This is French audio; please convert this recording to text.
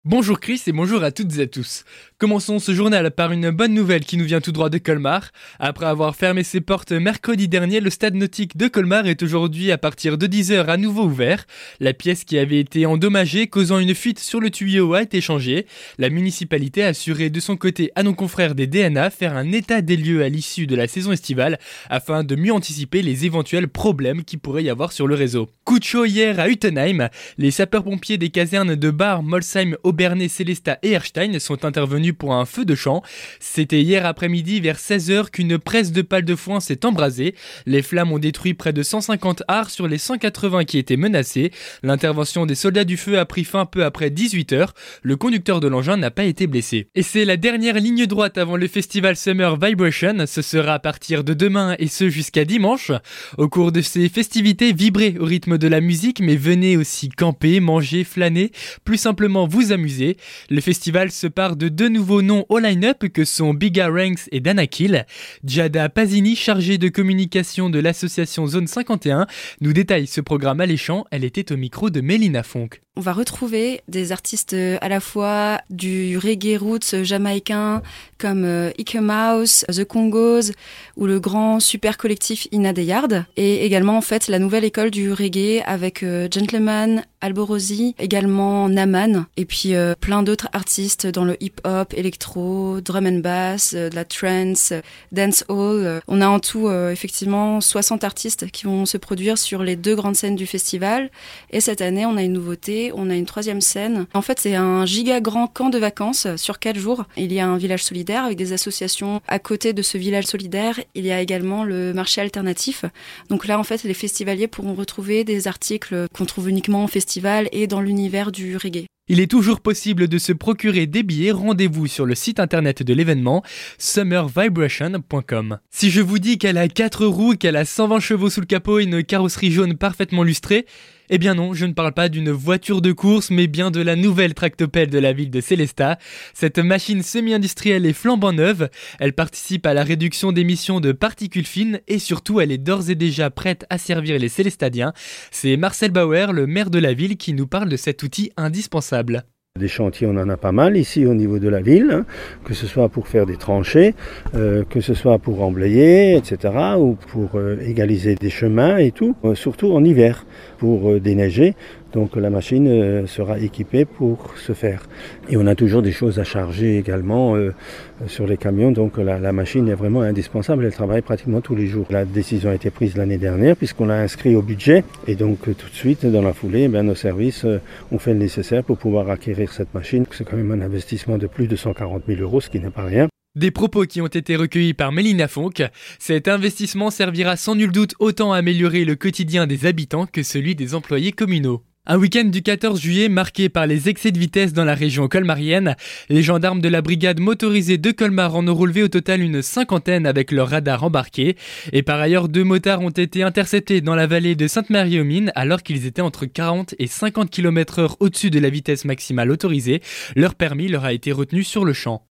Bonjour Chris et bonjour à toutes et à tous. Commençons ce journal par une bonne nouvelle qui nous vient tout droit de Colmar. Après avoir fermé ses portes mercredi dernier, le stade nautique de Colmar est aujourd'hui à partir de 10h à nouveau ouvert. La pièce qui avait été endommagée causant une fuite sur le tuyau a été changée. La municipalité a assuré de son côté à nos confrères des DNA faire un état des lieux à l'issue de la saison estivale afin de mieux anticiper les éventuels problèmes qui pourrait y avoir sur le réseau. Coup de chaud hier à Utenheim, les sapeurs-pompiers des casernes de Bar, Molsheim, Obernai, Célestat et Erstein sont intervenus pour un feu de champ. C'était hier après-midi vers 16h qu'une presse de pales de foin s'est embrasée. Les flammes ont détruit près de 150 arts sur les 180 qui étaient menacés. L'intervention des soldats du feu a pris fin peu après 18h. Le conducteur de l'engin n'a pas été blessé. Et c'est la dernière ligne droite avant le festival Summer Vibration. Ce sera à partir de demain et ce jusqu'à dimanche. Au cours de ces festivités, vibrez au rythme de la musique, mais venez aussi camper, manger, flâner, plus simplement vous amuser. Le festival se part de deux nouveaux noms au line-up que sont Biga Ranks et Danakil. Giada Pasini, chargée de communication de l'association Zone 51, nous détaille ce programme alléchant. Elle était au micro de Mélina Fonck. On va retrouver des artistes à la fois du reggae roots jamaïcain comme Ike Mouse, The Congos ou le grand super collectif Ina Deyard, et également en fait la nouvelle école du reggae avec Gentleman, Alborosi, également Naman, et puis plein d'autres artistes dans le hip-hop, électro, drum and bass, de la trance, dancehall. On a en tout effectivement 60 artistes qui vont se produire sur les deux grandes scènes du festival, et cette année on a une nouveauté. On a une troisième scène. En fait, c'est un giga grand camp de vacances sur 4 jours. Il y a un village solidaire avec des associations. À côté de ce village solidaire, il y a également le marché alternatif. Donc là, en fait, les festivaliers pourront retrouver des articles qu'on trouve uniquement au festival et dans l'univers du reggae. Il est toujours possible de se procurer des billets. Rendez-vous sur le site internet de l'événement summervibration.com. Si je vous dis qu'elle a 4 roues, qu'elle a 120 chevaux sous le capot et une carrosserie jaune parfaitement lustrée, eh bien non, je ne parle pas d'une voiture de course, mais bien de la nouvelle tractopelle de la ville de Célestat. Cette machine semi-industrielle est flambant neuve. Elle participe à la réduction d'émissions de particules fines et surtout, elle est d'ores et déjà prête à servir les Célestadiens. C'est Marcel Bauer, le maire de la ville, qui nous parle de cet outil indispensable. Des chantiers, on en a pas mal ici au niveau de la ville, que ce soit pour faire des tranchées, que ce soit pour emblayer, etc., ou pour égaliser des chemins et tout, surtout en hiver, pour déneiger. Donc la machine sera équipée pour ce faire. Et on a toujours des choses à charger également sur les camions, donc la machine est vraiment indispensable, elle travaille pratiquement tous les jours. La décision a été prise l'année dernière puisqu'on l'a inscrit au budget, et donc tout de suite dans la foulée, nos services ont fait le nécessaire pour pouvoir acquérir cette machine. C'est quand même un investissement de plus de 140 000 €, ce qui n'est pas rien. Des propos qui ont été recueillis par Mélina Fonck. Cet investissement servira sans nul doute autant à améliorer le quotidien des habitants que celui des employés communaux. Un week-end du 14 juillet marqué par les excès de vitesse dans la région colmarienne. Les gendarmes de la brigade motorisée de Colmar en ont relevé au total une 50aine avec leur radar embarqué. Et par ailleurs, 2 motards ont été interceptés dans la vallée de Sainte-Marie-aux-Mines alors qu'ils étaient entre 40 et 50 km/h au-dessus de la vitesse maximale autorisée. Leur permis leur a été retenu sur le champ.